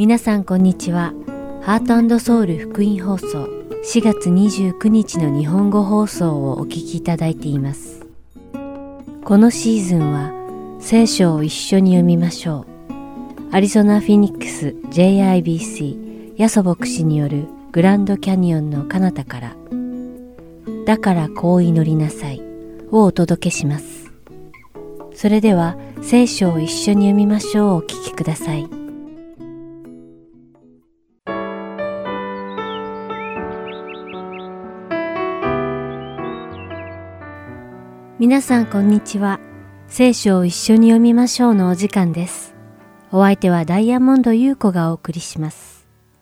皆さんこんにちは。ハート&ソウル福音放送4月29日の日本語放送をお聞きいただいています。このシーズンは聖書を一緒に読みましょう。アリゾナ・フィニックス JIBC ヤソ牧師によるグランドキャニオンの彼方からだからこう祈りなさいをお届けします。それでは聖書を一緒に読みましょう。お聞きください。皆さんこんにちは。聖書を一緒に読みましょうのお時間です。お相手はダイヤモンド優子がお送りします。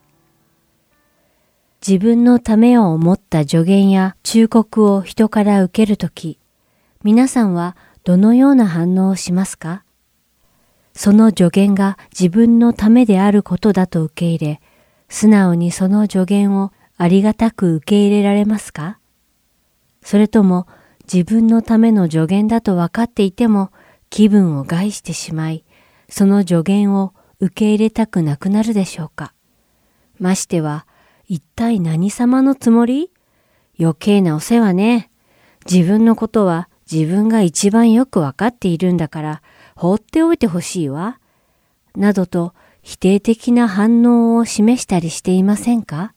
自分のためを思った助言や忠告を人から受けるとき、皆さんはどのような反応をしますか？その助言が自分のためであることだと受け入れ、素直にその助言をありがたく受け入れられますか？それとも自分のための助言だと分かっていても気分を害してしまい、その助言を受け入れたくなくなるでしょうか？ましては、一体何様のつもり？余計なお世話ね。自分のことは自分が一番よく分かっているんだから放っておいてほしいわ。などと否定的な反応を示したりしていませんか？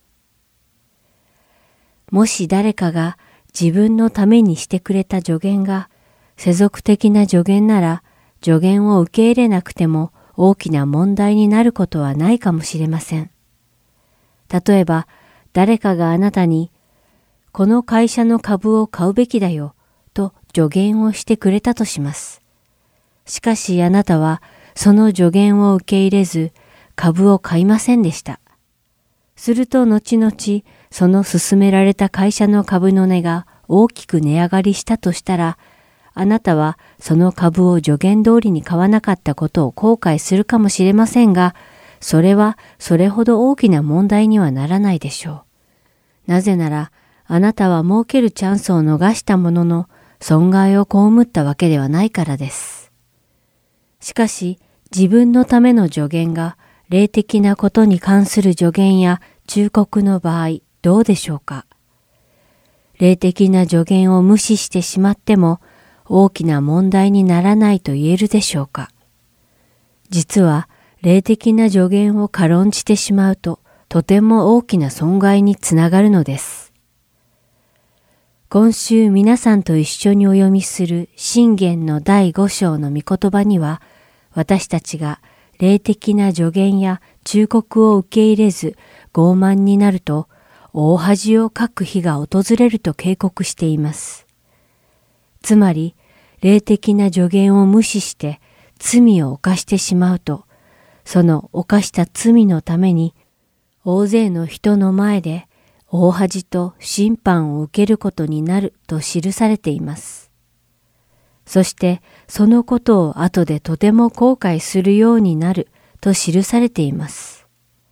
もし誰かが自分のためにしてくれた助言が世俗的な助言なら、助言を受け入れなくても大きな問題になることはないかもしれません。例えば、誰かがあなたに、この会社の株を買うべきだよ、と助言をしてくれたとします。しかしあなたはその助言を受け入れず、株を買いませんでした。すると後々、その勧められた会社の株の値が大きく値上がりしたとしたら、あなたはその株を助言通りに買わなかったことを後悔するかもしれませんが、それはそれほど大きな問題にはならないでしょう。なぜなら、あなたは儲けるチャンスを逃したものの、損害を被ったわけではないからです。しかし、自分のための助言が、霊的なことに関する助言や忠告の場合、どうでしょうか？霊的な助言を無視してしまっても大きな問題にならないと言えるでしょうか？実は霊的な助言を軽んじてしまうととても大きな損害につながるのです。今週皆さんと一緒にお読みする箴言の第5章の御言葉には、私たちが霊的な助言や忠告を受け入れず傲慢になると大恥をかく日が訪れると警告しています。つまり、霊的な助言を無視して罪を犯してしまうと、その犯した罪のために大勢の人の前で大恥と審判を受けることになると記されています。そしてそのことを後でとても後悔するようになると記されています。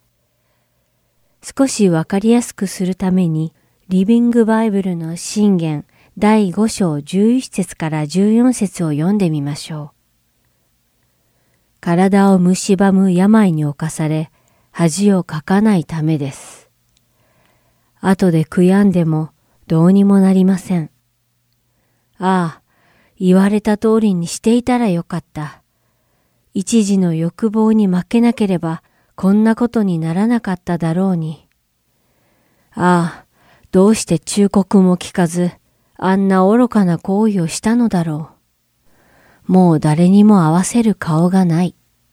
少しわかりやすくするために、リビングバイブルの箴言第5章11節から14節を読んでみましょう。体を蝕む病に侵され、恥をかかないためです。後で悔やんでもどうにもなりません。ああ、言われた通りにしていたらよかった。一時の欲望に負けなければこんなことにならなかっただろうに。ああ、どうして忠告も聞かず、あんな愚かな行為をしたのだろう。もう誰にも合わせる顔がない。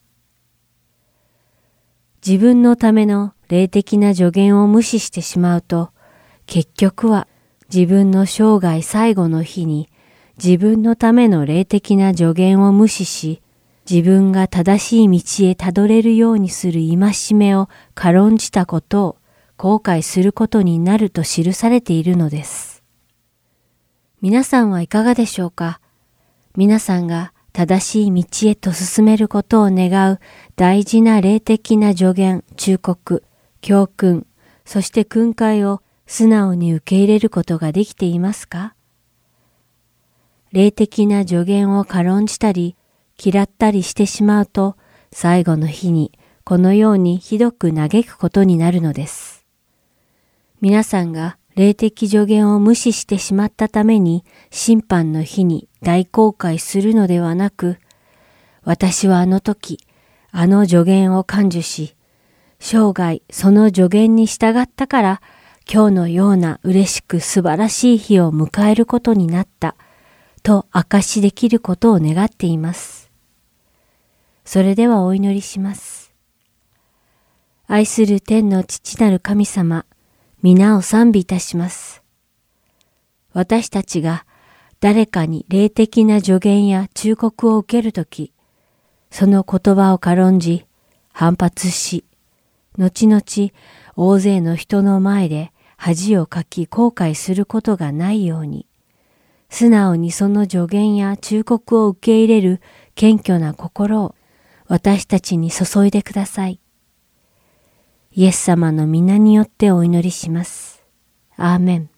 自分のための霊的な助言を無視してしまうと、結局は自分の生涯最後の日に自分のための霊的な助言を無視し、自分が正しい道へたどれるようにする戒めを軽んじたことを後悔することになると記されているのです。皆さんはいかがでしょうか？皆さんが正しい道へと進めることを願う大事な霊的な助言、忠告、教訓、そして訓戒を素直に受け入れることができていますか？霊的な助言を軽んじたり、嫌ったりしてしまうと、最後の日にこのようにひどく嘆くことになるのです。皆さんが霊的助言を無視してしまったために審判の日に大後悔するのではなく、私はあの時、あの助言を感受し、生涯その助言に従ったから今日のような嬉しく素晴らしい日を迎えることになったと証しできることを願っています。それではお祈りします。愛する天の父なる神様、皆を賛美いたします。私たちが誰かに霊的な助言や忠告を受けるとき、その言葉を軽んじ、反発し、後々大勢の人の前で恥をかき後悔することがないように、素直にその助言や忠告を受け入れる謙虚な心を私たちに注いでください。イエス様の皆によってお祈りします。アーメン。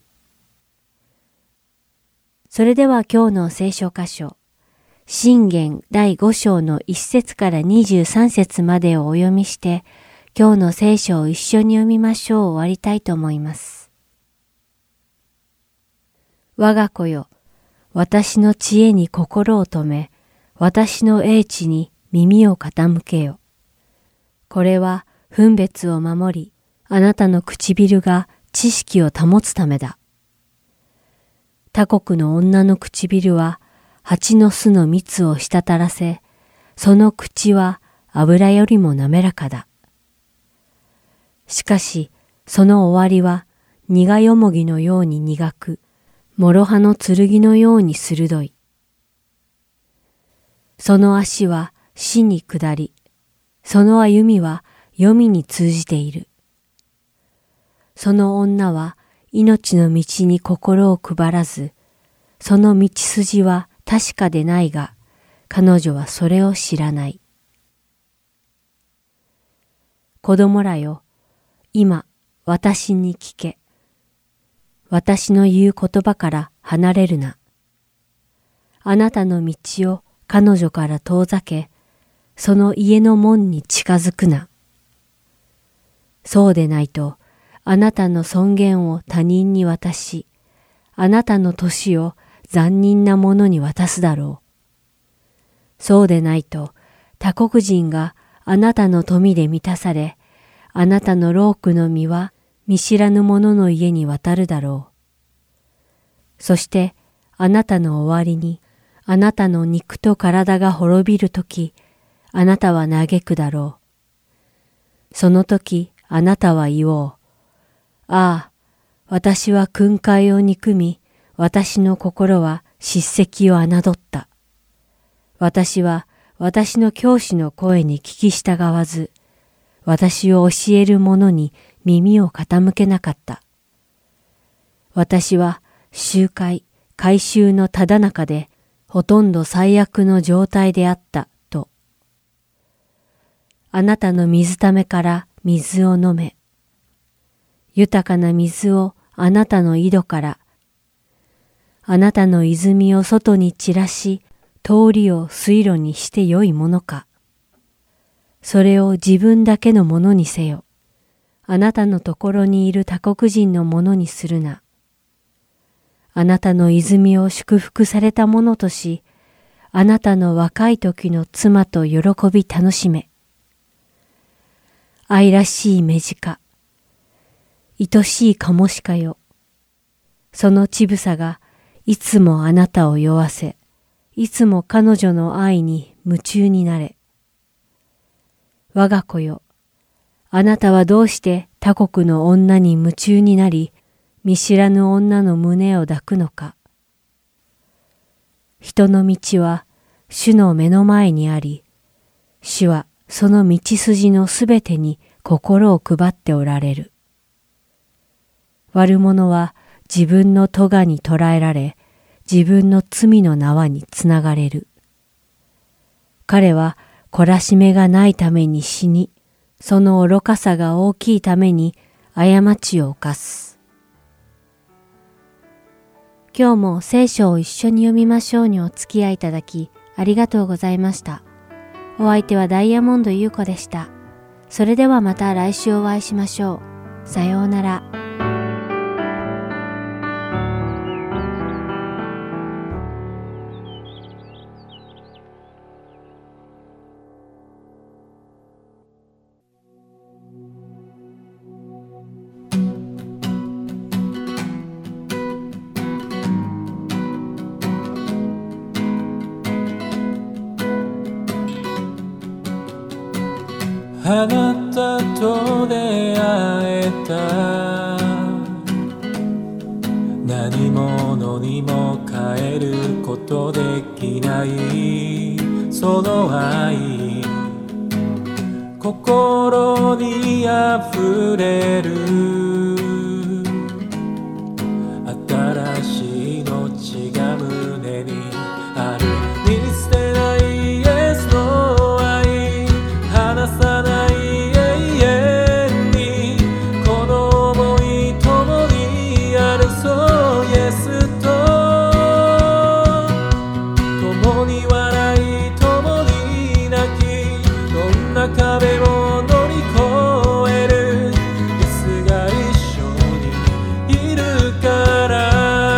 それでは今日の聖書箇所、箴言第5章の1節から23節までをお読みして、今日の聖書を一緒に読みましょう。終わりたいと思います。我が子よ、私の知恵に心を止め、私の英知に耳を傾けよ。これは分別を守り、あなたの唇が知識を保つためだ。他国の女の唇は蜂の巣の蜜を滴らせ、その口は油よりも滑らかだ。しかし、その終わりは苦よもぎのように苦く、諸刃の剣のように鋭い。その足は死に下り、その歩みは黄泉に通じている。その女は命の道に心を配らず、その道筋は確かでないが、彼女はそれを知らない。子供らよ、今私に聞け。私の言う言葉から離れるな。あなたの道を彼女から遠ざけ、その家の門に近づくな。そうでないと、あなたの尊厳を他人に渡し、あなたの年を残忍なものに渡すだろう。そうでないと、他国人があなたの富で満たされ、あなたの労苦の実は見知らぬ者の家に渡るだろう。そして、あなたの終わりに、あなたの肉と体が滅びるとき、あなたは嘆くだろう。そのとき、あなたは言おう。ああ、私は訓戒を憎み、私の心は叱責を侮った。私は私の教師の声に聞き従わず、私を教える者に耳を傾けなかった。私は集会、改宗のただ中で、ほとんど最悪の状態であったと。あなたの水ためから水を飲め。豊かな水をあなたの井戸から。あなたの泉を外に散らし、通りを水路にしてよいものか。それを自分だけのものにせよ。あなたのところにいる他国人のものにするな。あなたの泉を祝福されたものとし、あなたの若い時の妻と喜び楽しめ。愛らしい目近、愛しいカモシカよ。その乳房がいつもあなたを酔わせ、いつも彼女の愛に夢中になれ。我が子よ、あなたはどうして他国の女に夢中になり、見知らぬ女の胸を抱くのか。人の道は主の目の前にあり、主はその道筋のすべてに心を配っておられる。悪者は自分の咎に捕らえられ、自分の罪の縄につながれる。彼は懲らしめがないために死に、その愚かさが大きいために過ちを犯す。今日も聖書を一緒に読みましょうにお付き合いいただきありがとうございました。お相手はダイヤモンド優子でした。 それではまた来週お会いしましょう。さようなら。 あなたと出会えた、何者にも変えることできないその愛、心にあふれる新しい命が胸にある。見捨てないイエスの愛、離さない永遠に、この想い共にある。そうイエスと共に笑い共に泣き、どんな壁も乗り越える。イエスが一緒にいるから。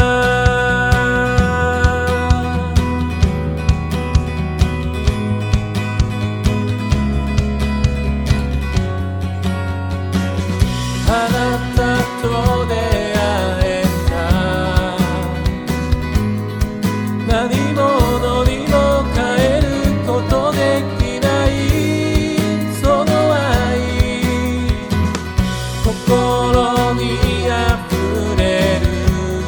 あなたと出会えた、何者にも変えることできないその愛、心にあふれる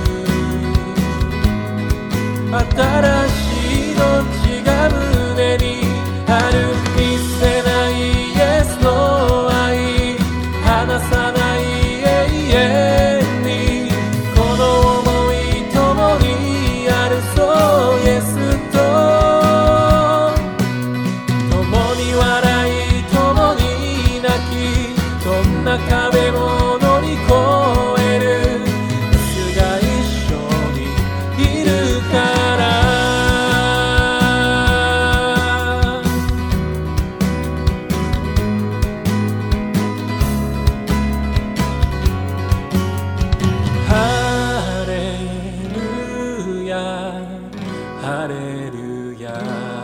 新しい命が胸にある。見せないイエスの愛、離さない永遠に、この想い共にある。そうイエスと共に笑い共に泣き、どんな壁も乗り越える。イエスが一緒にいるから。ハレルヤハレルヤ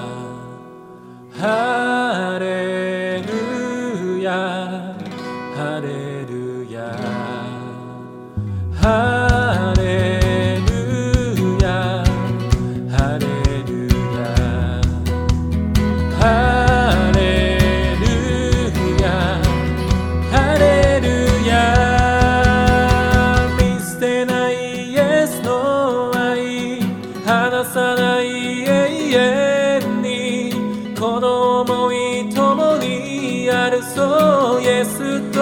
ハレルヤハレルヤハレルヤハレルヤハレルヤハレルヤ。見捨てないイエスの愛、離さない永遠に、この想い共にある。そうイエスと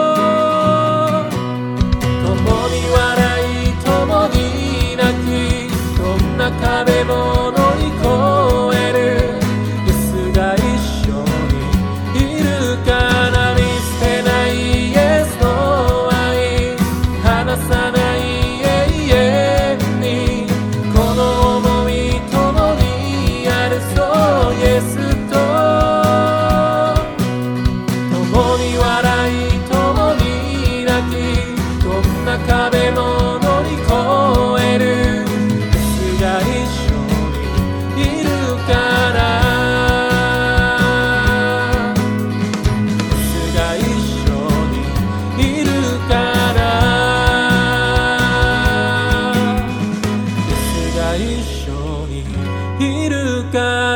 共に笑い共に泣き、どんな壁も乗り越える。イエスが一緒にいるから。見捨てないイエスの愛、離さない永遠に、この想い共にある。そうイエスと共に笑い共に泣き、どんな壁も乗り越える。イエスが一緒にいるから。イエスが一緒にいるから。イエスが一緒にいるから。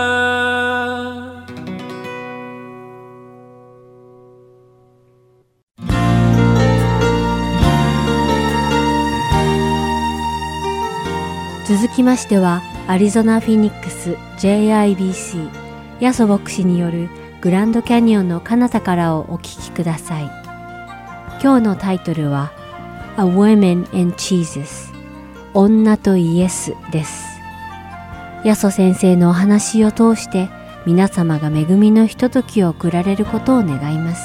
続きましては、アリゾナ・フィニックス JIBC ヤソ牧師によるグランドキャニオンの彼方からをお聞きください。今日のタイトルは A Woman and Jesus 女とイエスです。ヤソ先生のお話を通して皆様が恵みのひとときを送られることを願います。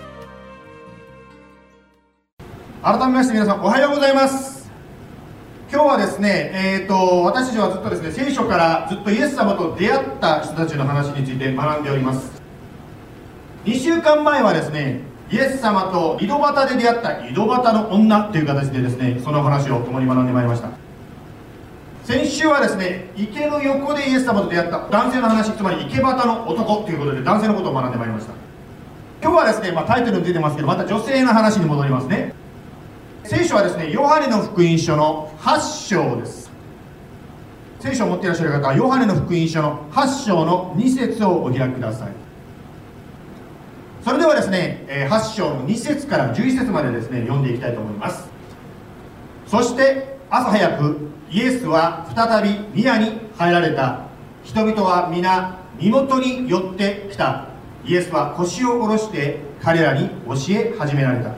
改めまして皆さんおはようございます。今今日はですね、私たちはずっとですね、聖書からずっとイエス様と出会った人たちの話について学んでおります。2週間前はですね、イエス様と井戸端で出会った井戸端の女という形でですね、その話を共に学んでまいりました。先週はですね、池の横でイエス様と出会った男性の話、つまり池端の男ということで男性のことを学んでまいりました。今日はですね、タイトルに出てますけど、また女性の話に戻りますね。聖書はですね、ヨハネの福音書の8章です。聖書を持っていらっしゃる方はヨハネの福音書の8章の2節をお開きください。それではですね、8章の2節から11節までですね、読んでいきたいと思います。そして朝早くイエスは再び宮に入られた。人々は皆身元に寄ってきた。イエスは腰を下ろして彼らに教え始められた。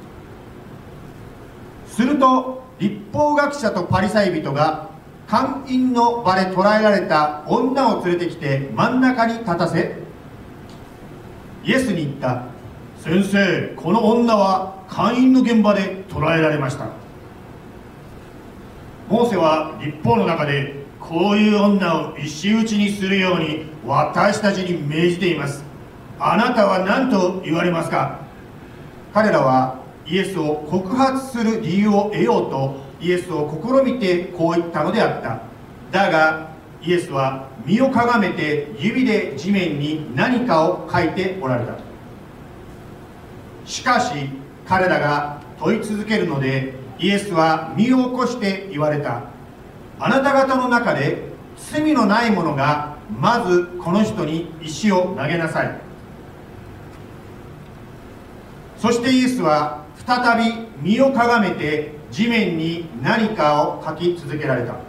すると律法学者とパリサイ人が監禁の場で捕らえられた女を連れてきて真ん中に立たせ、イエスに言った。先生、この女は監禁の現場で捕らえられました。モーセは律法の中でこういう女を石打ちにするように私たちに命じています。あなたは何と言われますか？彼らはイエスを告発する理由を得ようとイエスを試みてこう言ったのであった。だがイエスは身をかがめて指で地面に何かを書いておられた。しかし彼らが問い続けるのでイエスは身を起こして言われた。あなた方の中で罪のない者がまずこの人に石を投げなさい。そしてイエスは再び身をかがめて地面に何かを書き続けられた。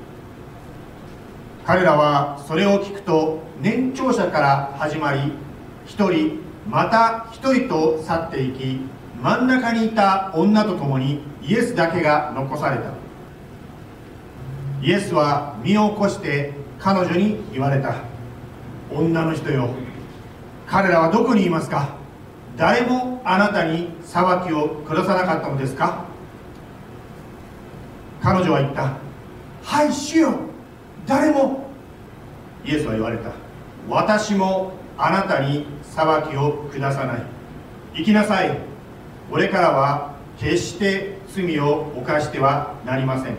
彼らはそれを聞くと年長者から始まり一人また一人と去っていき、真ん中にいた女と共にイエスだけが残された。イエスは身を起こして彼女に言われた。女の人よ、彼らはどこにいますか？誰もあなたに裁きを下さなかったのですか？彼女は言った。はい主よ、誰も。イエスは言われた。私もあなたに裁きを下さない。行きなさい。俺からは決して罪を犯してはなりません。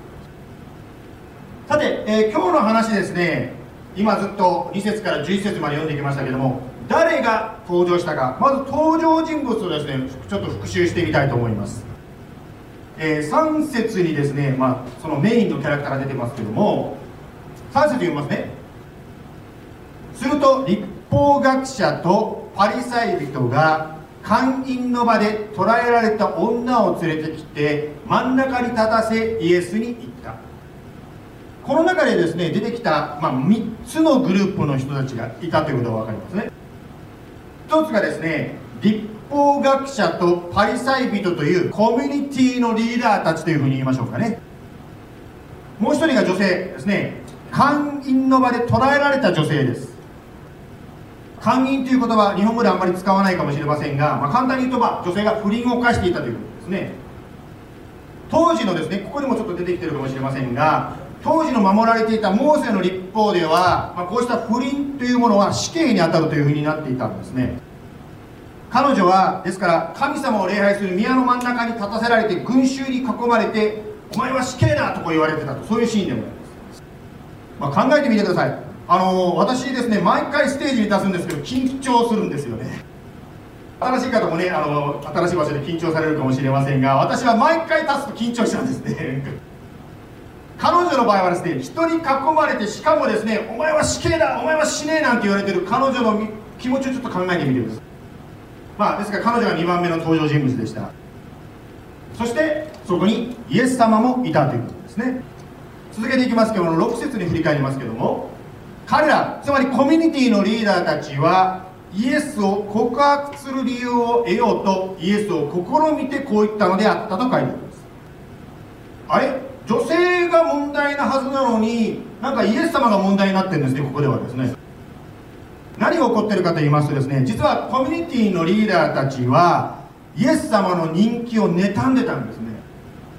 さて、今日の話ですね、今ずっと2節から11節まで読んできましたけども、誰が登場したか、まず登場人物をですね、ちょっと復習してみたいと思います。3節にですね、そのメインのキャラクターが出てますけども、3節読みますね。すると律法学者とパリサイ人が監禁の場で捕らえられた女を連れてきて真ん中に立たせイエスに言った。この中でですね出てきた、3つのグループの人たちがいたということが分かりますね。一つがですね、律法学者とパリサイ人というコミュニティのリーダーたちというふうに言いましょうかね。もう一人が女性ですね。監禁の場で捕らえられた女性です。監禁という言葉、日本語であんまり使わないかもしれませんが、簡単に言うと女性が不倫を犯していたということですね。当時のですね、ここにもちょっと出てきているかもしれませんが、当時の守られていたモーセの律法では、こうした不倫というものは死刑に当たるというふうになっていたんですね。彼女はですから神様を礼拝する宮の真ん中に立たせられて群衆に囲まれて、お前は死刑だとこう言われてたと、そういうシーンでございます。考えてみてください。私ですね、毎回ステージに立つんですけど緊張するんですよね。新しい方もね、新しい場所で緊張されるかもしれませんが、私は毎回立つと緊張しちゃうんですね。彼女の場合はですね、人に囲まれて、しかもですね、お前は死刑だ、お前は死ねえなんて言われてる彼女の気持ちをちょっと考えてみてください。ですから彼女が2番目の登場人物でした。そしてそこにイエス様もいたということですね。続けていきますけども、6節に振り返りますけども、彼ら、つまりコミュニティのリーダーたちはイエスを告白する理由を得ようとイエスを試みてこう言ったのであったと書いてあります。あれ、女性が問題なはずなのに、なんかイエス様が問題になってるんですね。ここではですね、何が起こっているかと言いますとですね、実はコミュニティのリーダーたちはイエス様の人気を妬んでたんですね。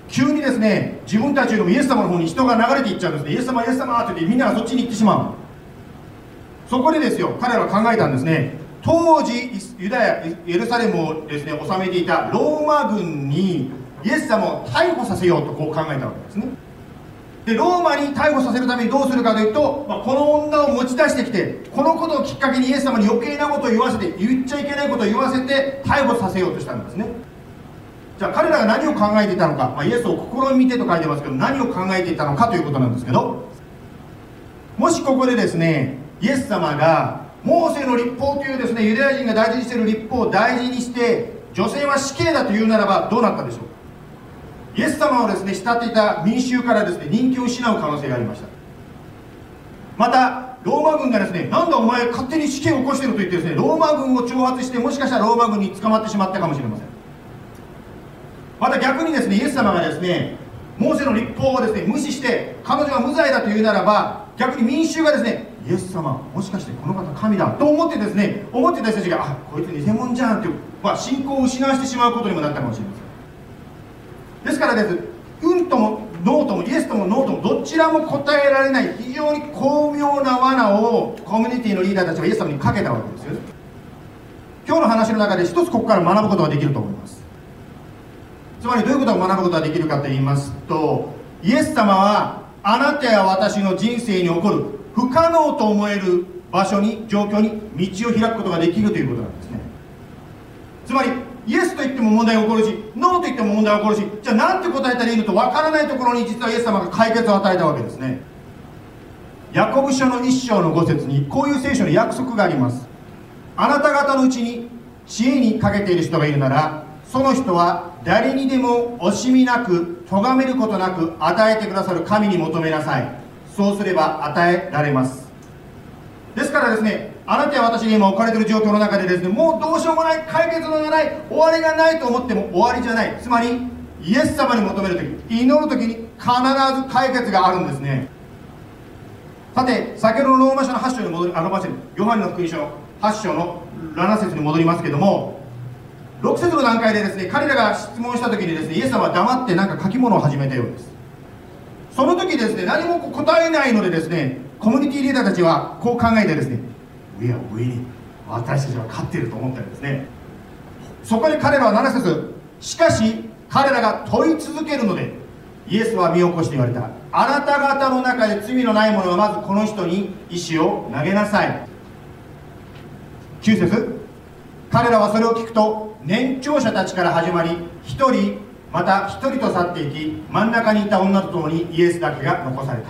急にですね、自分たちよりもイエス様の方に人が流れていっちゃうんですね。イエス様イエス様って言ってみんながそっちに行ってしまう。そこでですよ、彼らは考えたんですね。当時ユダヤエルサレムをですね治めていたローマ軍にイエス様を逮捕させようとこう考えたわけですね。でローマに逮捕させるためにどうするかというと、この女を持ち出してきて、このことをきっかけにイエス様に余計なことを言わせて、言っちゃいけないことを言わせて逮捕させようとしたんですね。じゃあ彼らが何を考えていたのか、イエスを試みてと書いてますけど、何を考えていたのかということなんですけど、もしここでですねイエス様がモーセの律法というですねユダヤ人が大事にしている律法を大事にして女性は死刑だというならばどうなったでしょうか。イエス様をですね慕っていた民衆からですね人気を失う可能性がありました。またローマ軍がですね、なんだお前勝手に死刑を起こしていると言ってですねローマ軍を挑発して、もしかしたらローマ軍に捕まってしまったかもしれません。また逆にですねイエス様がですねモーセの律法をですね無視して彼女は無罪だというならば、逆に民衆がですねイエス様もしかしてこの方神だと思ってですね思ってた人たちが、こいつ偽物じゃんという、信仰を失わせてしまうことにもなったかもしれません。ですからです、うんともノーとも、イエスともノーともどちらも答えられない非常に巧妙な罠をコミュニティのリーダーたちはイエス様にかけたわけですよね。今日の話の中で一つここから学ぶことができると思います。つまりどういうことを学ぶことができるかと言いますと、イエス様はあなたや私の人生に起こる不可能と思える場所に、状況に道を開くことができるということなんですね。つまりイエスと言っても問題が起こるし、ノーと言っても問題が起こるし、じゃあ何て答えたらいいのと分からないところに実はイエス様が解決を与えたわけですね。ヤコブ書の1章の5節にこういう聖書の約束があります。あなた方のうちに知恵に欠けている人がいるなら、その人は誰にでも惜しみなく咎めることなく与えてくださる神に求めなさい。そうすれば与えられます。ですからですね、あなたや私が今置かれている状況の中でですね、もうどうしようもない、解決のがない、終わりがないと思っても終わりじゃない。つまりイエス様に求めるとき、祈るときに必ず解決があるんですね。さて、先ほどのローマ書の8章に戻り、ヨハネの福音書の8章の7節に戻りますけども、6節の段階でですね、彼らが質問したときにですね、イエス様は黙って書き物を始めたようです。その時ですね、何も答えないのでですね、コミュニティリーダーたちはこう考えてですね、We are winning、私たちは勝っていると思ったんですね。そこで彼らは7節、しかし彼らが問い続けるのでイエスは身を起こして言われた。あなた方の中で罪のない者はまずこの人に石を投げなさい。9節、彼らはそれを聞くと年長者たちから始まり、一人また一人と去っていき、真ん中にいた女と共にイエスだけが残された。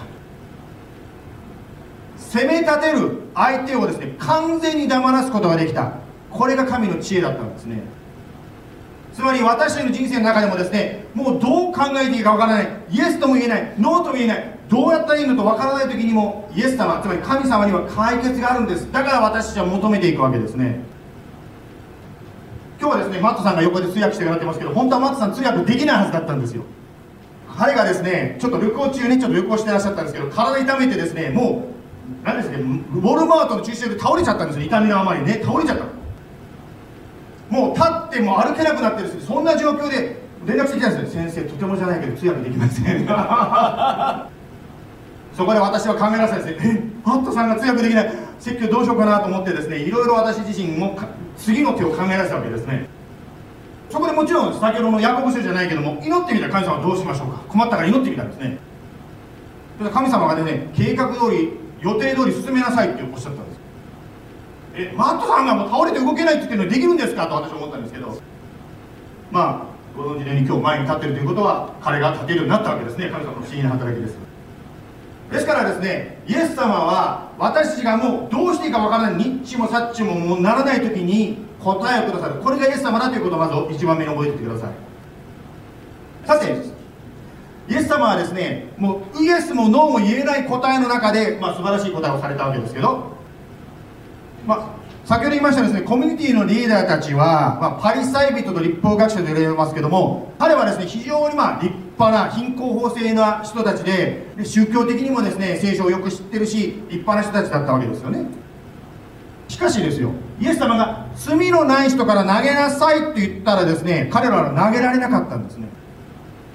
責め立てる相手をですね、完全に黙らすことができた。これが神の知恵だったんですね。つまり私たちの人生の中でもですね、もうどう考えていいかわからない、イエスとも言えない、ノーとも言えない、どうやったらいいのとわからない時にもイエス様、つまり神様には解決があるんです。だから私たちは求めていくわけですね。今日はですね、マットさんが横で通訳してもらってますけど、本当はマットさん通訳できないはずだったんですよ。彼がですね、ちょっと旅行中にちょっと旅行してらっしゃったんですけど、体痛めてですね、もう何ですね、ウォルマートの駐車場で倒れちゃったんですよ。痛みのあまりね、倒れちゃった。もう立っても歩けなくなってるし、そんな状況で連絡してきたんですよ。先生、とてもじゃないけど通訳できませんそこで私は考えなさいですね、マットさんが通訳できない、説教どうしようかなと思ってですね、いろいろ私自身も次の手を考え出したわけですね。そこでもちろん先ほどのヤコブ書じゃないけども、祈ってみたら神様はどうしましょうか、困ったから祈ってみたんですね。神様がね、計画通り予定通り進めなさいっておっしゃったんです。マットさんがもう倒れて動けないって言ってるのにできるんですかと私は思ったんですけど、まあご存知のように今日前に立っているということは彼が立てるようになったわけですね。神様の不思議な働きです。ですからですね、イエス様は私たちがもうどうしていいかわからない、ニッチもサッチももうならない時に答えをくださる。これがイエス様だということをまず一番目に覚えておいてください。さて、イエス様はですね、もうイエスもノーも言えない答えの中で、素晴らしい答えをされたわけですけど、先ほど言いましたですね、コミュニティのリーダーたちは、パリサイ人と律法学者と言われますけども、彼はですね、非常に立派な貧困法制な人たちで、宗教的にもですね、聖書をよく知ってるし、立派な人たちだったわけですよね。しかしですよ、イエス様が罪のない人から投げなさいって言ったらですね、彼らは投げられなかったんですね。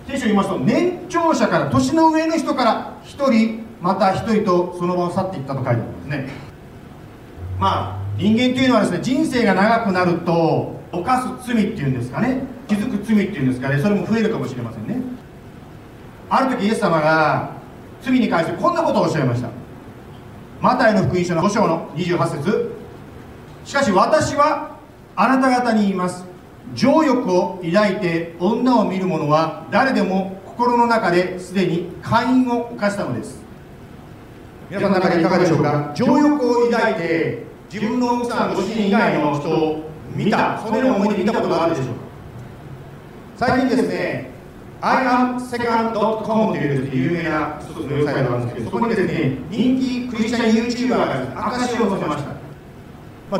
聖書を言いますと、年長者から年の上の人から一人また一人とその場を去っていったと書いてあるんですね。人間というのはですね、人生が長くなると犯す罪っていうんですかね、気づく罪っていうんですかね、それも増えるかもしれませんね。ある時イエス様が罪に関してこんなことをおっしゃいました。マタイの福音書の5章の28節、しかし私はあなた方に言います。情欲を抱いて女を見る者は誰でも心の中ですでに姦淫を犯したのです。皆さんの中でいかがでしょうか。情欲を抱いて自分の奥さんご主人以外の人を見た、そのような思いで見たことがあるでしょうか。最近ですね、IamSecond.com というですね、有名な一つのウェブサイトがあるんですけど、そこにですね、人気クリスチャン YouTuber が証しを載せました。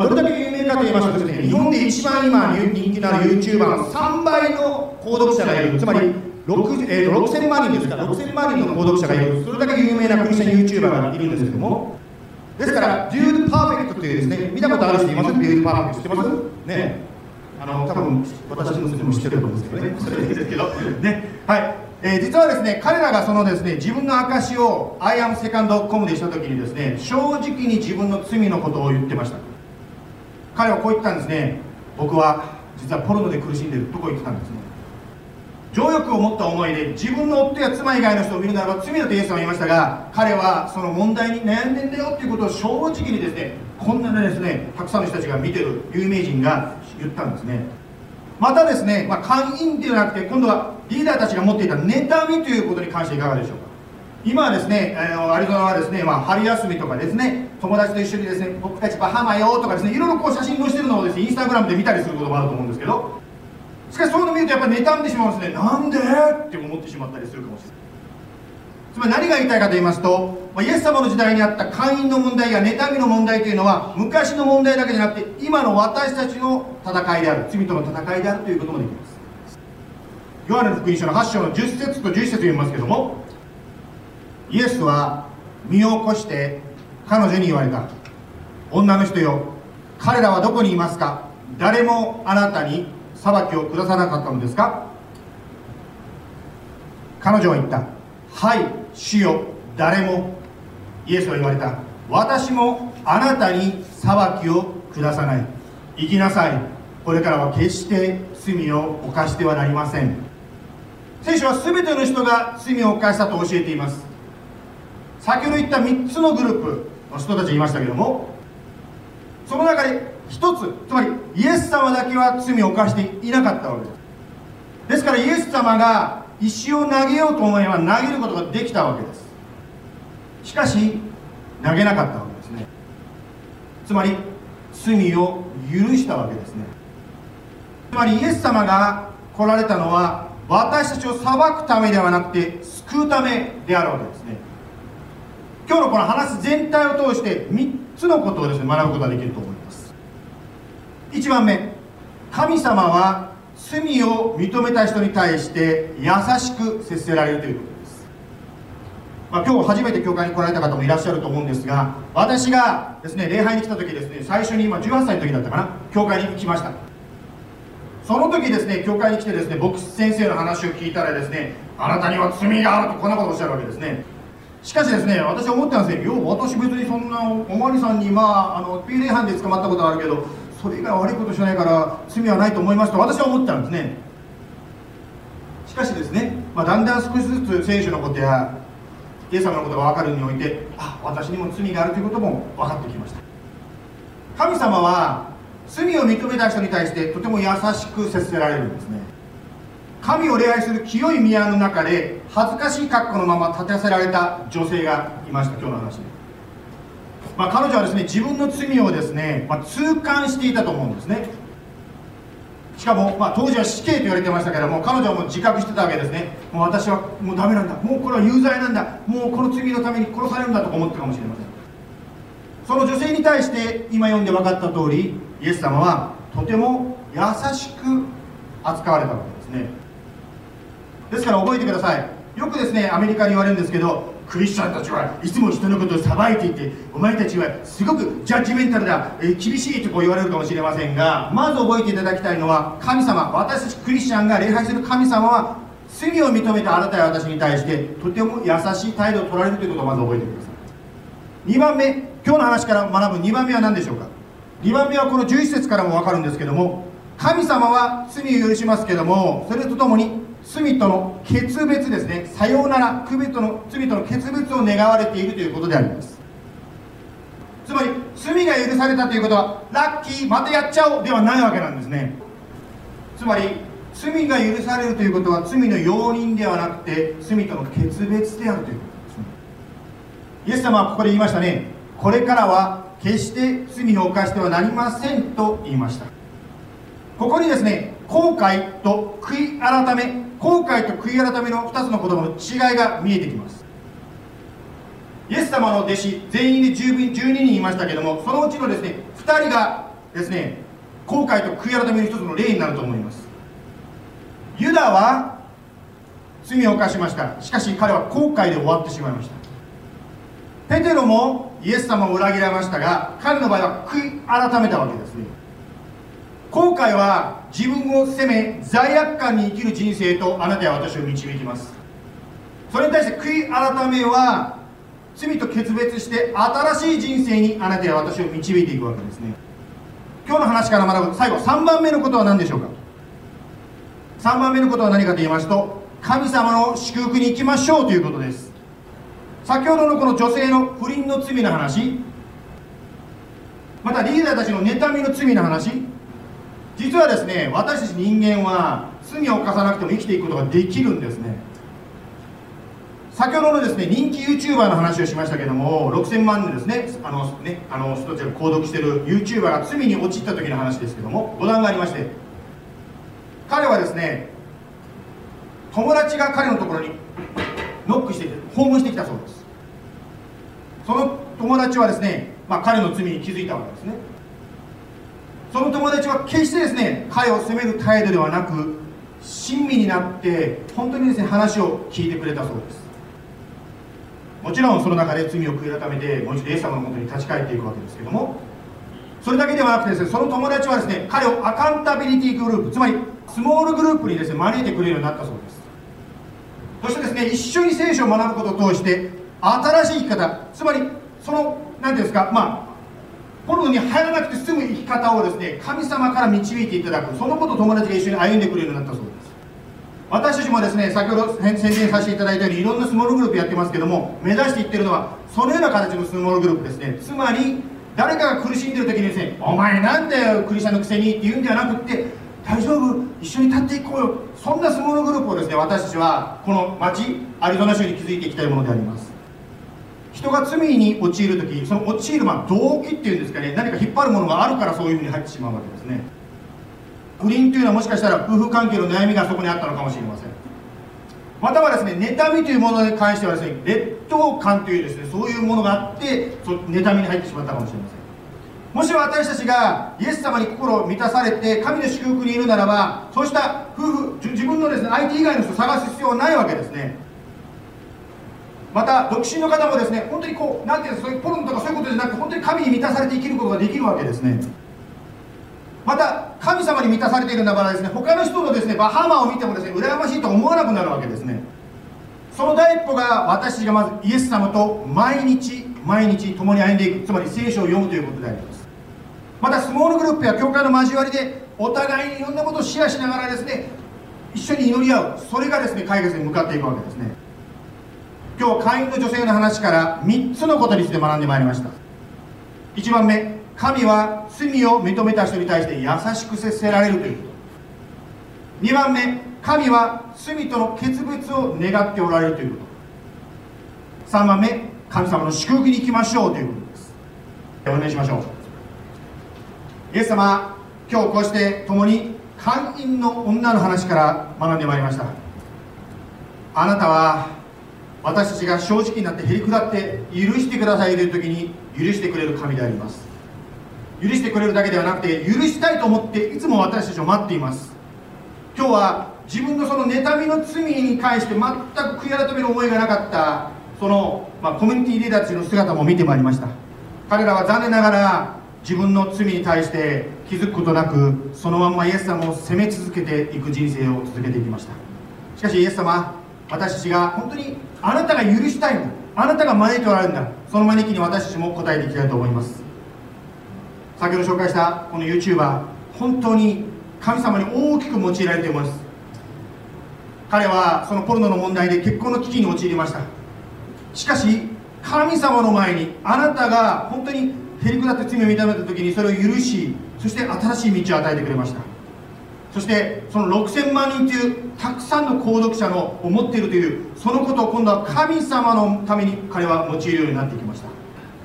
どれだけ有名かと言いますとですね、日本で一番今人気のある YouTuber の3倍の購読者がいる、つまり6000万人ですから、6000万人の購読者がいる、それだけ有名なクリスチャン YouTuber がいるんですけども、ですから、Dude Perfect というですね、見たことある人います？ Dude Perfect 知ってます？ね、多分私の娘も知ってると思うんですけどね、それでいいですけど、ね、はい。実はですね、彼らがそのですね、自分の証しを IamSecond.com でしたときにですね、正直に自分の罪のことを言ってました。彼はこう言ったんですね。僕は実はポルノで苦しんでいるとこう言ってたんですね。情欲を持った思いで自分の夫や妻以外の人を見るならば罪だとイエス様は言いましたが、彼はその問題に悩んでんだよっていうことを正直にですね、こんなですね、たくさんの人たちが見てる有名人が言ったんですね。またですね、姦淫ではなくて今度はリーダーたちが持っていた妬みということに関していかがでしょうか。今はですね、アリゾナはですね、春休みとかですね、友達と一緒にですね、僕たちバハマよとかですね、いろいろこう写真載せてるのをですね、インスタグラムで見たりすることもあると思うんですけど、しかしそういうのを見るとやっぱり妬んでしまうんですね。なんでって思ってしまったりするかもしれない。つまり何が言いたいかと言いますと、イエス様の時代にあった姦淫の問題や妬みの問題というのは昔の問題だけじゃなくて今の私たちの戦いである、罪との戦いであるということもできます。ヨハネの福音書の8章の10節と11節読みますけども、イエスは身を起こして彼女に言われた。女の人よ、彼らはどこにいますか。誰もあなたに裁きを下さなかったのですか。彼女は言った。はい、主よ、誰も。イエスは言われた。私もあなたに裁きを下さない。行きなさい。これからは決して罪を犯してはなりません。聖書は全ての人が罪を犯したと教えています。先ほど言った3つのグループの人たちがいましたけども、その中で1つ、つまりイエス様だけは罪を犯していなかったわけです。ですからイエス様が石を投げようと思えば投げることができたわけです。しかし投げなかったわけですね。つまり罪を許したわけですね。つまりイエス様が来られたのは私たちを裁くためではなくて救うためであるわけですね。今日のこの話全体を通して3つのことをですね、学ぶことができると思います。1番目、神様は罪を認めた人に対して優しく接せられるということです。今日初めて教会に来られた方もいらっしゃると思うんですが、私がですね、礼拝に来た時ですね、最初に18歳の時だったかな、教会に来ました。その時ですね、教会に来てですね、牧師先生の話を聞いたらですね、あなたには罪があるとこんなことをおっしゃるわけですね。しかしですね、私は思ったんですね。私別にそんなおまわりさんに定例犯で捕まったことがあるけど、それ以外悪いことしないから罪はないと思いますと私は思ったんですね。しかしですね、だんだん少しずつ聖書のことやイエス様のことが分かるにおいて、私にも罪があるということも分かってきました。神様は罪を認めた人に対してとても優しく接せられるんですね。神を礼拝する清い宮の中で恥ずかしい格好のまま立たせられた女性がいました。今日の話で、彼女はですね、自分の罪をですね、痛感していたと思うんですね。しかも、当時は死刑と言われてましたけども、彼女はもう自覚してたわけですね。もう私はもうダメなんだ、もうこれは有罪なんだ、もうこの罪のために殺されるんだと思ってるかもしれません。その女性に対して今読んで分かった通り、イエス様はとても優しく扱われたわけですね。ですから覚えてください。よくですね、アメリカに言われるんですけど、クリスチャンたちはいつも人のことを裁いていて、お前たちはすごくジャッジメンタルだ、厳しいとこう言われるかもしれませんが、まず覚えていただきたいのは、神様、私たちクリスチャンが礼拝する神様は罪を認めたあなたや私に対してとても優しい態度を取られるということをまず覚えてください。2番目、今日の話から学ぶ2番目は何でしょうか。2番目はこの11節からも分かるんですけども、神様は罪を許しますけども、それとともに罪との決別ですね、さようなら、罪との決別を願われているということであります。つまり罪が許されたということはラッキーまたやっちゃおうではないわけなんですね。つまり罪が許されるということは罪の容認ではなくて罪との決別であるということですね。イエス様はここで言いましたね。これからは決して罪を犯してはなりませんと言いました。ここにですね、後悔と悔い改め、後悔と悔い改めの2つの言葉の違いが見えてきます。イエス様の弟子全員で12人いましたけども、そのうちのですね2人がですね後悔と悔い改めの一つの例になると思います。ユダは罪を犯しました。しかし彼は後悔で終わってしまいました。ペテロもイエス様を裏切られましたが、彼の場合は悔い改めたわけですね。後悔は自分を責め罪悪感に生きる人生とあなたや私を導きます。それに対して悔い改めは罪と決別して新しい人生にあなたや私を導いていくわけですね。今日の話から学ぶ最後3番目のことは何でしょうか。3番目のことは何かと言いますと、神様の祝福に行きましょうということです。先ほどのこの女性の不倫の罪の話、またリーダーたちの妬みの罪の話、実はですね、私たち人間は罪を犯さなくても生きていくことができるんですね。先ほどのですね、人気 YouTuber の話をしましたけども、6000万人ですね、人たちが購読している YouTuber が罪に陥った時の話ですけども、誤談がありまして、彼はですね、友達が彼のところにノックしていて訪問してきたそうです。その友達はですね、彼の罪に気づいたわけですね。その友達は決してですね、彼を責める態度ではなく、親身になって本当にですね、話を聞いてくれたそうです。もちろんその中で罪を悔い改めてもう一度イエス様のもとに立ち返っていくわけですけども、それだけではなくてですね、その友達はですね、彼をアカウンタビリティグループ、つまりスモールグループにですね、招いてくれるようになったそうです。そしてですね、一緒に聖書を学ぶことを通して新しい生き方、つまりその何ていうんですか、ポルノに入らなくて済む生き方をですね、神様から導いていただく、そのことを友達が一緒に歩んでくれるようになったそうです。私たちもですね、先ほど宣伝させていただいたようにいろんなスモールグループやってますけども、目指していってるのはそのような形のスモールグループですね。つまり誰かが苦しんでいる時にですね、お前なんだよクリスチャンのくせにって言うんではなくって、大丈夫、一緒に立っていこうよ、そんなスモールグループをですね、私たちはこの町アリゾナ州に築いていきたいものであります。人が罪に陥る時、その陥る動機っていうんですかね、何か引っ張るものがあるからそういうふうに入ってしまうわけですね。不倫というのはもしかしたら夫婦関係の悩みがそこにあったのかもしれません。またはですね、妬みというものに関してはですね、劣等感というですね、そういうものがあって妬みに入ってしまったかもしれません。もし私たちがイエス様に心を満たされて神の祝福にいるならば、そうした夫婦、自分のですね、相手以外の人を探す必要はないわけですね。また独身の方もですね、本当にこうなんていうんですか、そういうポルノとかそういうことじゃなくて、本当に神に満たされて生きることができるわけですね。また神様に満たされているながらですね、他の人のですね、バハマを見てもですね、羨ましいと思わなくなるわけですね。その第一歩が私たちがまずイエス様と毎日共に歩んでいく、つまり聖書を読むということであります。またスモールグループや教会の交わりでお互いにいろんなことをシェアしながらですね、一緒に祈り合う、それがですね、解決に向かっていくわけですね。今日は会員の女性の話から3つのことについて学んでまいりました。1番目、神は罪を認めた人に対して優しく接せられるということ。2番目、神は罪との決別を願っておられるということ。3番目、神様の祝福に行きましょうということです。お願いしましょう。イエス様、今日こうして共に姦淫の女の話から学んでまいりました。あなたは私たちが正直になってへりくだって許してくださいという時に許してくれる神であります。許してくれるだけではなくて、許したいと思っていつも私たちを待っています。今日は自分のその妬みの罪に関して全く悔い改める思いがなかったその、コミュニティリーダーたちの姿も見てまいりました。彼らは残念ながら自分の罪に対して気づくことなく、そのまんまイエス様を責め続けていく人生を続けていきました。 しかしイエス様、私たちが本当にあなたが許したいんだ、あなたが招いておられるんだ、その招きに私たちも応えていきたいと思います。先ほど紹介したこの YouTuber、 本当に神様に大きく用いられています。彼はそのポルノの問題で結婚の危機に陥りました。しかし神様の前にあなたが本当にへりくだって罪を認めた時にそれを許し、そして新しい道を与えてくれました。そしてその6000万人というたくさんの購読者を持っているというそのことを今度は神様のために彼は用いるようになっていきました。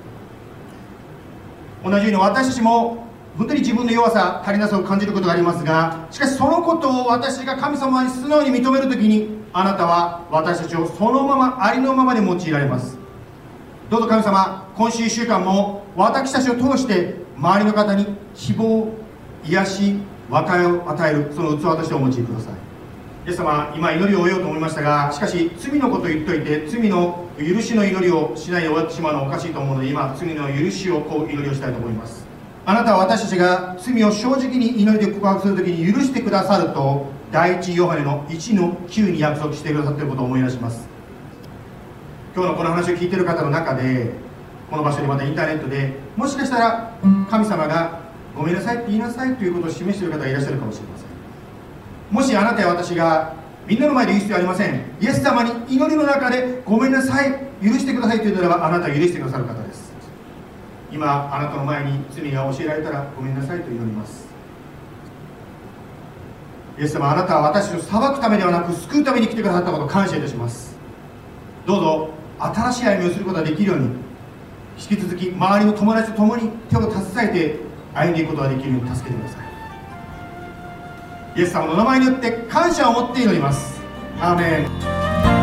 同じように私たちも本当に自分の弱さ、足りなさを感じることがありますが、しかしそのことを私が神様に素直に認めるときに、あなたは私たちをそのままありのままで用いられます。どうぞ神様、今週1週間も私たちを通して周りの方に希望、癒し、和解を与えるその器としてお持ちください。イエス様、今祈りを終えようと思いましたが、しかし罪のことを言っといて罪の許しの祈りをしないで終わってしまうのはおかしいと思うので、今罪の許しをこう祈りをしたいと思います。あなたは私たちが罪を正直に祈りで告白するときに許してくださると第一ヨハネの 1-9 に約束してくださっていることを思い出します。今日のこの話を聞いている方の中で、この場所でまたインターネットでもしかしたら神様がごめんなさいって言いなさいということを示している方がいらっしゃるかもしれません。もしあなたや私がみんなの前で言う必要ありません。イエス様に祈りの中でごめんなさい、許してくださいと言うならば、あなたは許してくださる方です。今あなたの前に罪が教えられたらごめんなさいと祈ります。イエス様、あなたは私を裁くためではなく救うために来てくださったことを感謝いたします。どうぞ新しい歩みをすることができるように、引き続き周りの友達と共に手を携えて歩んでいくことができるように助けてください。イエス様の名前によって感謝を持って祈ります。アーメン。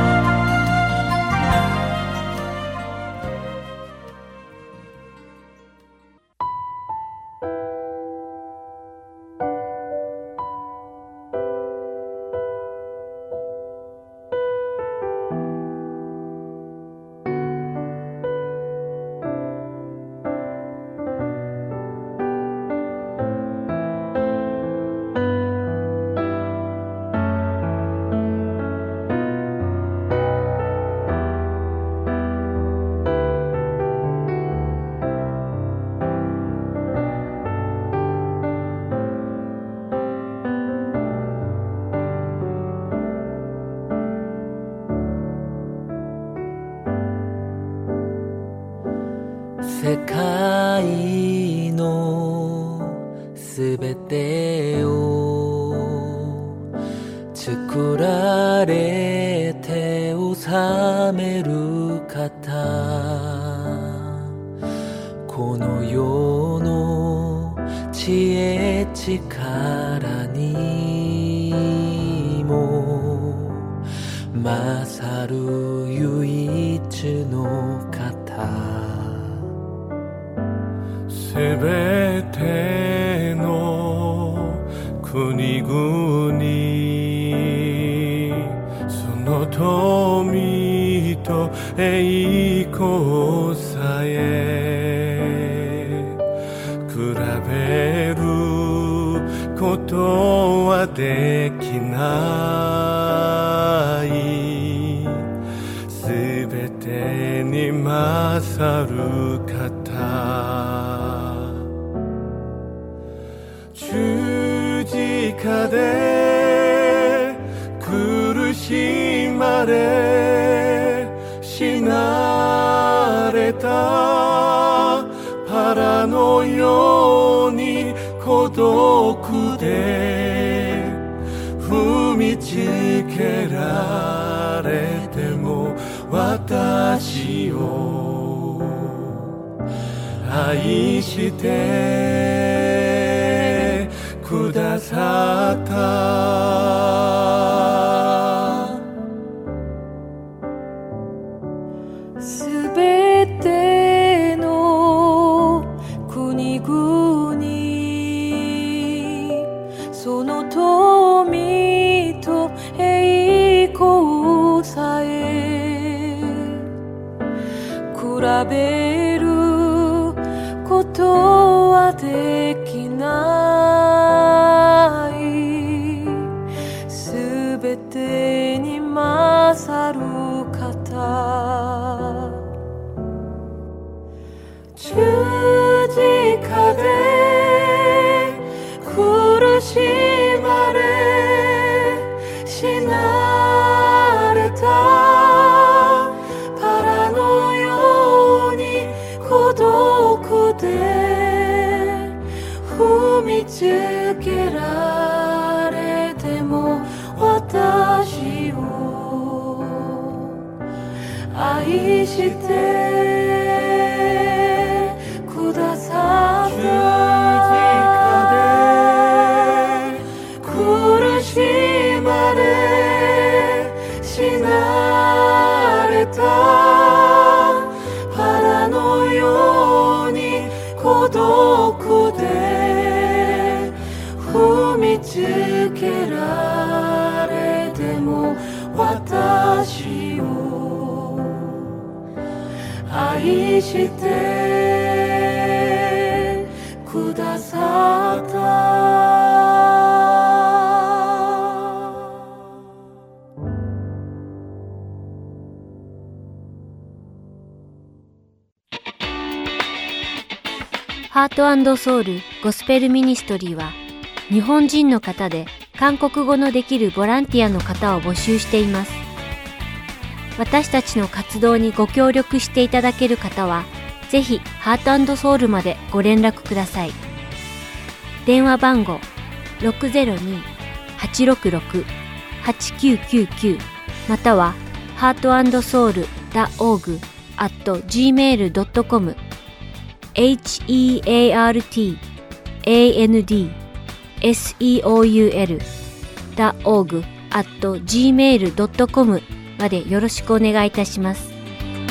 世界のすべてを作られて治める方、この世の知恵力にも勝る唯一の方、すべての国々、その富と栄光さえ比べることはできない、すべてに勝る方、十字架で苦しまれ死なれたパラのように孤独で踏みつけられても私を愛してくださった。 すべての国々、その富と栄光さえ比べることはできない、すべてになさる方、十字架で苦しまれ死なれたパラのように孤独で踏みつけられても私を愛してくださった。苦しまれ死なれたパラのように孤独で踏みつけられても私を愛してくださった。 ハート&ソウルゴスペルミニストリーは日本人の方で韓国語のできるボランティアの方を募集しています。私たちの活動にご協力していただける方はぜひハート&ソウルまでご連絡ください。電話番号 602-866-8999 または heartandsoul.org@gmail.com heartandseoul.org@gmail.com までよろしくお願いいたします。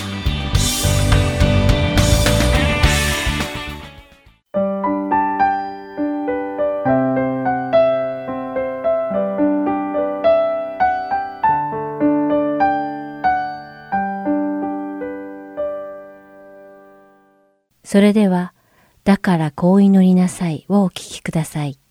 それでは、だからこう祈りなさいをお聞きください。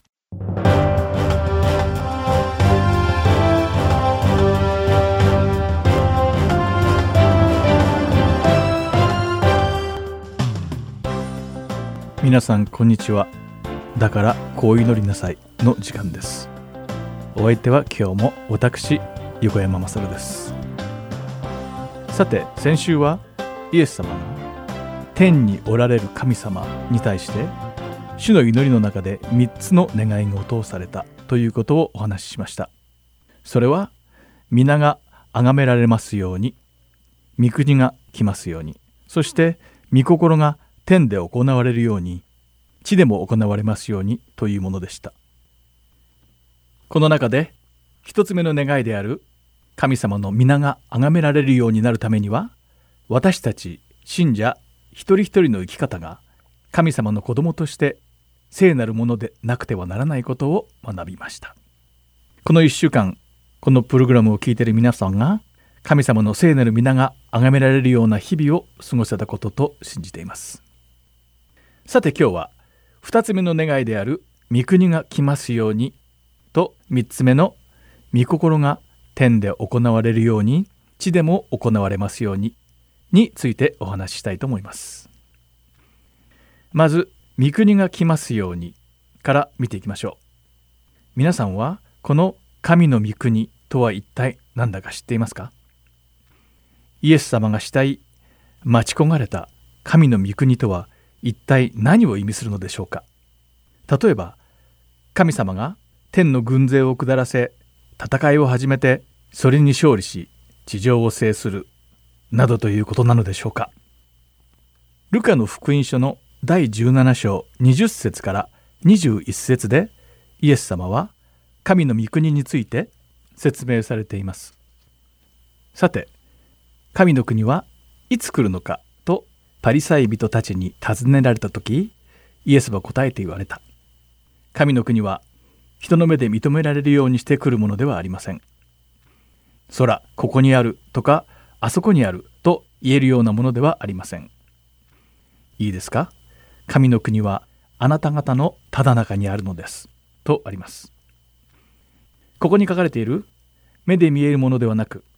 皆さんこんにちは。だからこう祈りなさいの時間です。お相手は今日も私横山まさるです。さて先週はイエス様が天におられる神様に対して主の祈りの中で3つの願い事をされたということをお話ししました。それは皆が崇められますように、御国が来ますように、そして御心が天で行われるように地でも行われますようにというものでした。この中で一つ目の願いである神様の皆が崇められるようになるためには、私たち信者一人一人の生き方が神様の子供として聖なるものでなくてはならないことを学びました。この1週間このプログラムを聞いている皆さんが神様の聖なる皆が崇められるような日々を過ごせたことと信じています。さて今日は2つ目の願いである御国が来ますようにと3つ目の御心が天で行われるように地でも行われますようにについてお話ししたいと思います。まず御国が来ますようにから見ていきましょう。皆さんはこの神の御国とは一体何だか知っていますか？イエス様がしたい待ち焦がれた神の御国とは一体何を意味するのでしょうか？例えば神様が天の軍勢を下らせ戦いを始めてそれに勝利し地上を制するなどということなのでしょうか？ルカの福音書の第17章20節から21節でイエス様は神の御国について説明されています。さて、神の国はいつ来るのかとパリサイ人たちに尋ねられたとき、イエスは答えて言われた。神の国は人の目で認められるようにして来るものではありません。空、ここにあるとかあそこにあると言えるようなものではありません。いいですか？神の国はあなた方のただ中にあるのですとあります。ここに書かれている目で見えるものではなく、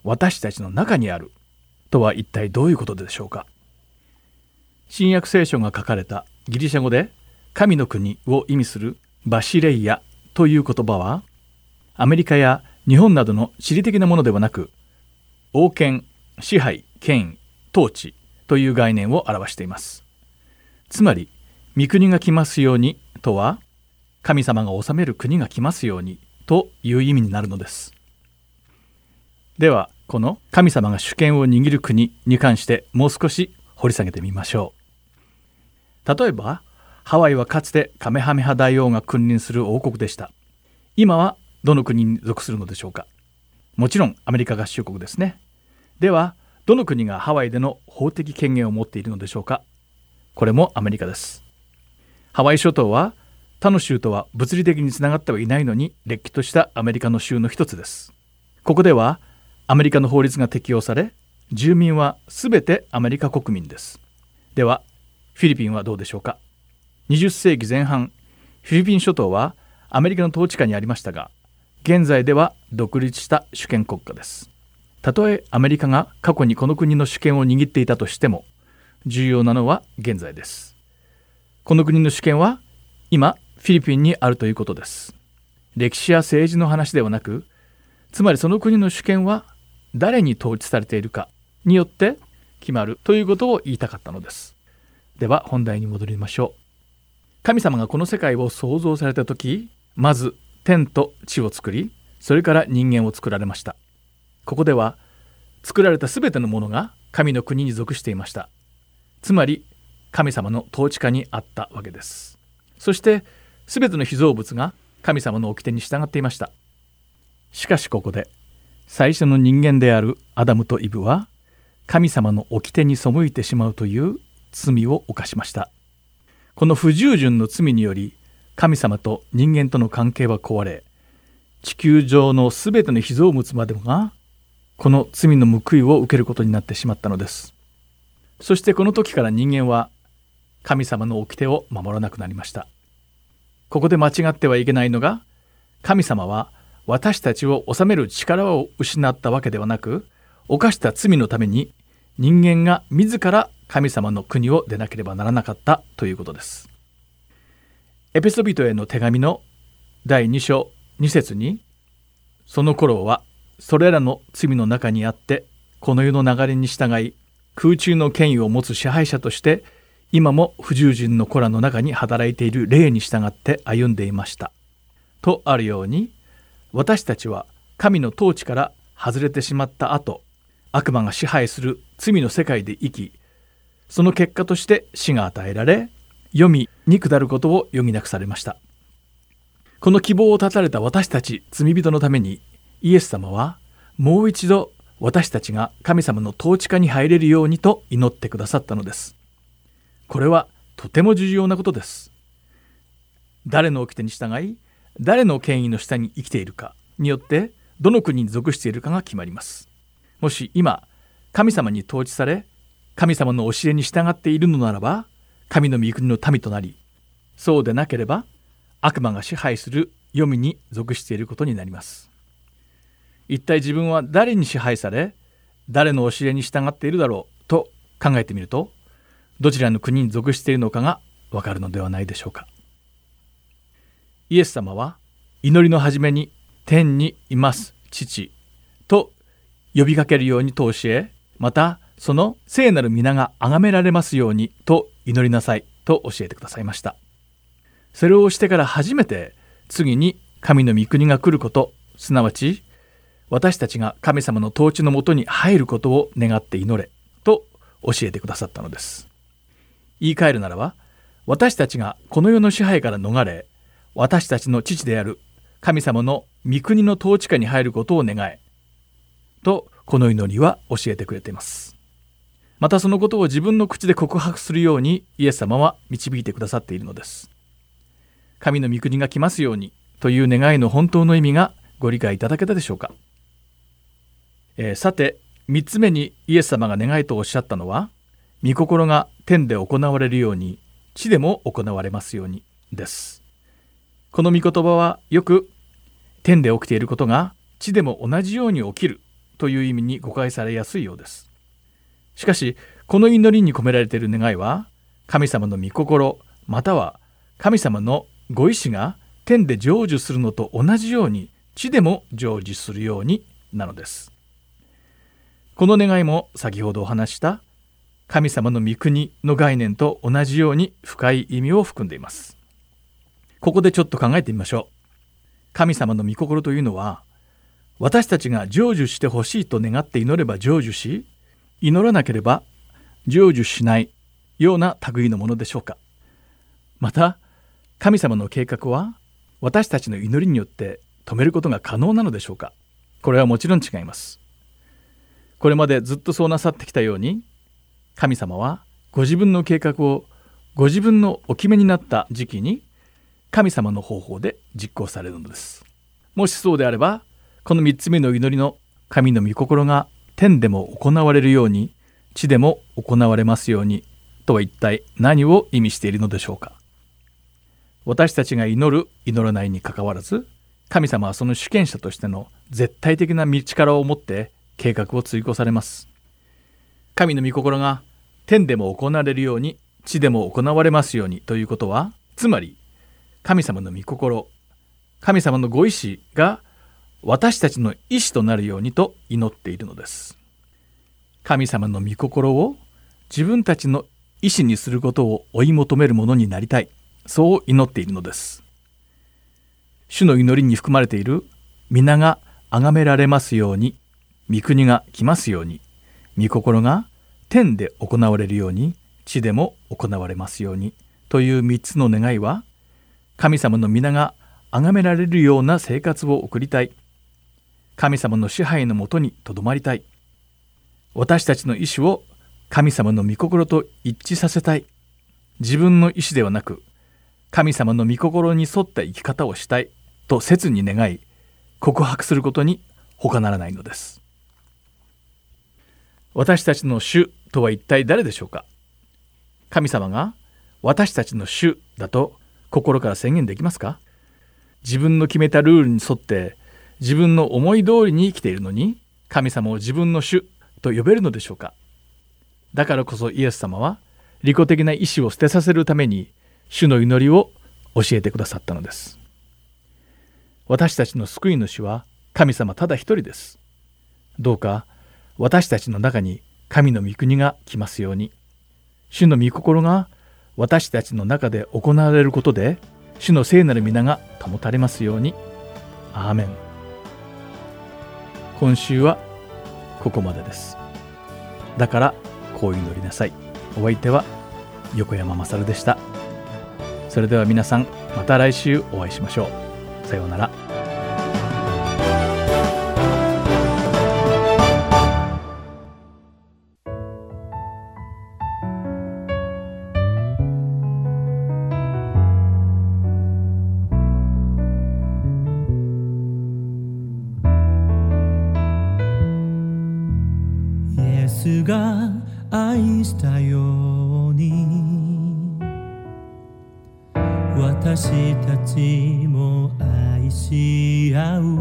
私たちの中にあるとは一体どういうことでしょうか。新約聖書が書かれたギリシャ語で神の国を意味するバシレイヤという言葉は、アメリカや日本などの地理的なものではなく、王権、支配、権威、統治という概念を表しています。つまり、御国が来ますようにとは、神様が治める国が来ますようにという意味になるのです。では、この神様が主権を握る国に関してもう少し掘り下げてみましょう。例えば、ハワイはかつてカメハメハ大王が君臨する王国でした。今はどの国に属するのでしょうか。もちろんアメリカ合衆国ですね。では、どの国がハワイでの法的権限を持っているのでしょうか。これもアメリカです。ハワイ諸島は他の州とは物理的につながってはいないのに、れっきとしたアメリカの州の一つです。ここではアメリカの法律が適用され、住民はすべてアメリカ国民です。では、フィリピンはどうでしょうか。20世紀前半、フィリピン諸島はアメリカの統治下にありましたが、現在では独立した主権国家です。たとえアメリカが過去にこの国の主権を握っていたとしても、重要なのは現在です。この国の主権は今フィリピンにあるということです。歴史や政治の話ではなく、つまりその国の主権は誰に統治されているかによって決まるということを言いたかったのです。では本題に戻りましょう。神様がこの世界を創造されたとき、まず天と地を作り、それから人間を作られました。ここでは作られたすべてのものが神の国に属していました。つまり神様の統治下にあったわけです。そしてすべての被造物が神様の掟に従っていました。しかしここで最初の人間であるアダムとイブは神様の掟に背いてしまうという罪を犯しました。この不従順の罪により神様と人間との関係は壊れ、地球上のすべての被造物までもがこの罪の報いを受けることになってしまったのです。そしてこの時から人間は神様の掟を守らなくなりました。ここで間違ってはいけないのが、神様は私たちを治める力を失ったわけではなく、犯した罪のために人間が自ら神様の国を出なければならなかったということです。エペソビトへの手紙の第2章2節に、その頃はそれらの罪の中にあって、この世の流れに従い、空中の権威を持つ支配者として今も不従順の子らの中に働いている霊に従って歩んでいましたとあるように、私たちは神の統治から外れてしまった後、悪魔が支配する罪の世界で生き、その結果として死が与えられ、黄泉に下ることを余儀なくされました。この希望を絶たれた私たち罪人のために、イエス様はもう一度私たちが神様の統治下に入れるようにと祈ってくださったのです。これはとても重要なことです。誰の掟に従い、誰の権威の下に生きているかによってどの国に属しているかが決まります。もし今神様に統治され、神様の教えに従っているのならば神の御国の民となり、そうでなければ悪魔が支配する黄泉に属していることになります。一体自分は誰に支配され、誰の教えに従っているだろうと考えてみると、どちらの国に属しているのかがわかるのではないでしょうか。イエス様は祈りの初めに天にいます父と呼びかけるようにと教え、またその聖なる皆が崇められますようにと祈りなさいと教えてくださいました。それをしてから初めて次に神の御国が来ること、すなわち私たちが神様の統治のもとに入ることを願って祈れと教えてくださったのです。言い換えるならば、私たちがこの世の支配から逃れ、私たちの父である神様の御国の統治下に入ることを願えと、この祈りは教えてくれています。またそのことを自分の口で告白するようにイエス様は導いてくださっているのです。神の御国が来ますようにという願いの本当の意味がご理解いただけたでしょうか。さて3つ目にイエス様が願いとおっしゃったのは、御心が天で行われるように地でも行われますようにです。この御言葉はよく天で起きていることが地でも同じように起きるという意味に誤解されやすいようです。しかしこの祈りに込められている願いは、神様の御心または神様のご意志が天で成就するのと同じように地でも成就するようになのです。この願いも先ほどお話した神様の御国の概念と同じように深い意味を含んでいます。ここでちょっと考えてみましょう。神様の御心というのは、私たちが成就してほしいと願って祈れば成就し、祈らなければ成就しないような類のものでしょうか。また神様の計画は私たちの祈りによって止めることが可能なのでしょうか。これはもちろん違います。これまでずっとそうなさってきたように、神様はご自分の計画をご自分のお決めになった時期に神様の方法で実行されるのです。もしそうであれば、この3つ目の祈りの神の御心が天でも行われるように地でも行われますようにとは一体何を意味しているのでしょうか。私たちが祈る祈らないにかかわらず、神様はその主権者としての絶対的な力を持って計画を遂行されます。神の御心が天でも行われるように地でも行われますようにということは、つまり神様の御心、神様のご意志が私たちの意志となるようにと祈っているのです。神様の御心を自分たちの意志にすることを追い求めるものになりたい、そう祈っているのです。主の祈りに含まれている皆が崇められますように、御国が来ますように、御心が天で行われるように地でも行われますようにという3つの願いは、神様の皆が崇められるような生活を送りたい、神様の支配のもとにとどまりたい、私たちの意志を神様の御心と一致させたい、自分の意志ではなく神様の御心に沿った生き方をしたいと切に願い告白することに他ならないのです。私たちの主とは一体誰でしょうか。神様が私たちの主だと心から宣言できますか。自分の決めたルールに沿って自分の思い通りに生きているのに、神様を自分の主と呼べるのでしょうか。だからこそイエス様は利己的な意志を捨てさせるために主の祈りを教えてくださったのです。私たちの救い主は神様ただ一人です。どうか私たちの中に神の御国が来ますように、主の御心が私たちの中で行われることで主の聖なる皆が保たれますように。アーメン。今週はここまでです。だからこう祈りなさい。お相手は横山まさるでした。それでは皆さん、また来週お会いしましょう。さようなら。 イエスが愛したように私たちも愛し合う。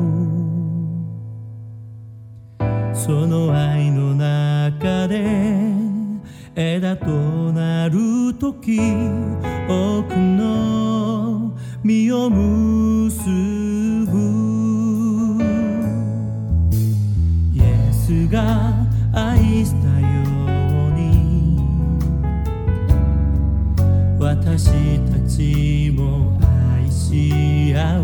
その愛の中で枝となるとき、多くの実を結ぶ。イエスが愛したように私たちも愛し合う。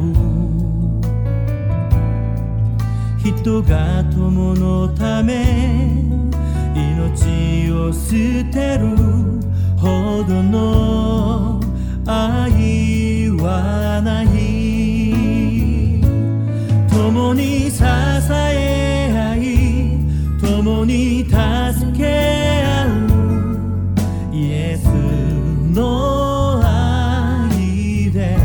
人が友のため命を捨てるほどの愛はない。共に支え合い共に助け合うイエスの愛で、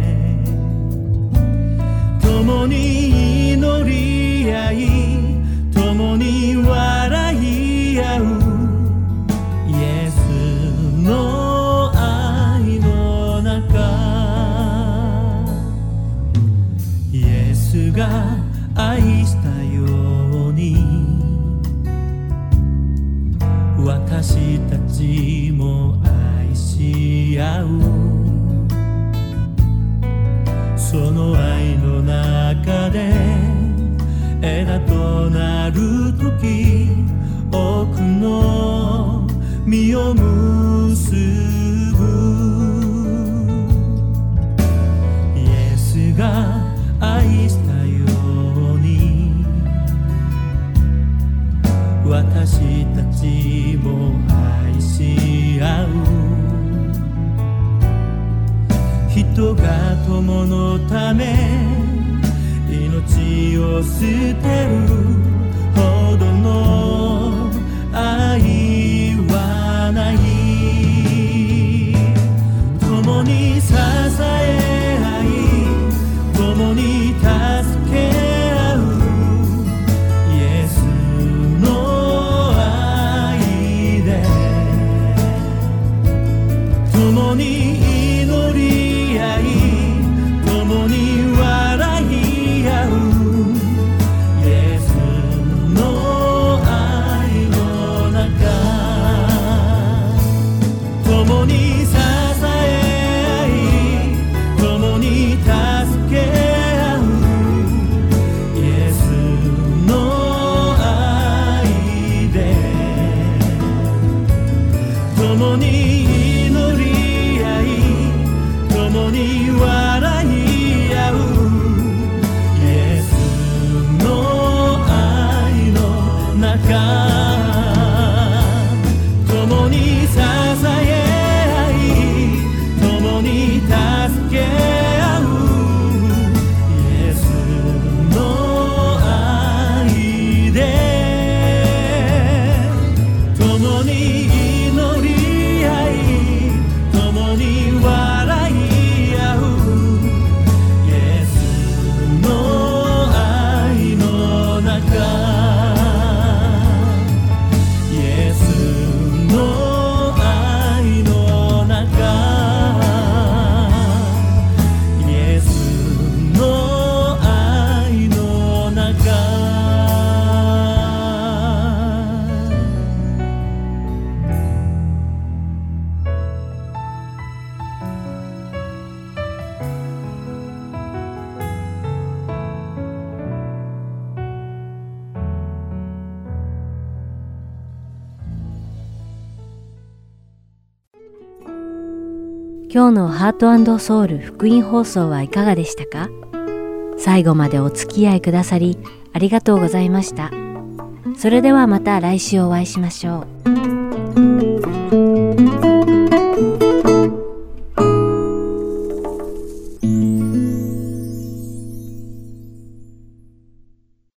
共に祈り合い共に笑い合うイエスの愛の中。 私たちも愛し合う。その愛の中で枝となる時、多くの実を結ぶ。イエスが愛したように、私たちも愛し合う。人が友のため命を捨てるほどの愛はない。共に支え合い、共に助け合う。イエスの愛で共に祈り合い、共に笑い合う。イエスの愛の中、共に支え合い、共に助け合う。イエスの愛で共に祈り合い、共に笑い合う。イエスの愛の中、共に支え合い、共に助け合う。イエスの愛で共に祈り合い、共に笑い合う。イエスの愛の中、イエスの愛の中、イエスの愛の中。 今日のハート&ソウル福音放送はいかがでしたか？最後までお付き合いくださりありがとうございました。それではまた来週お会いしましょう。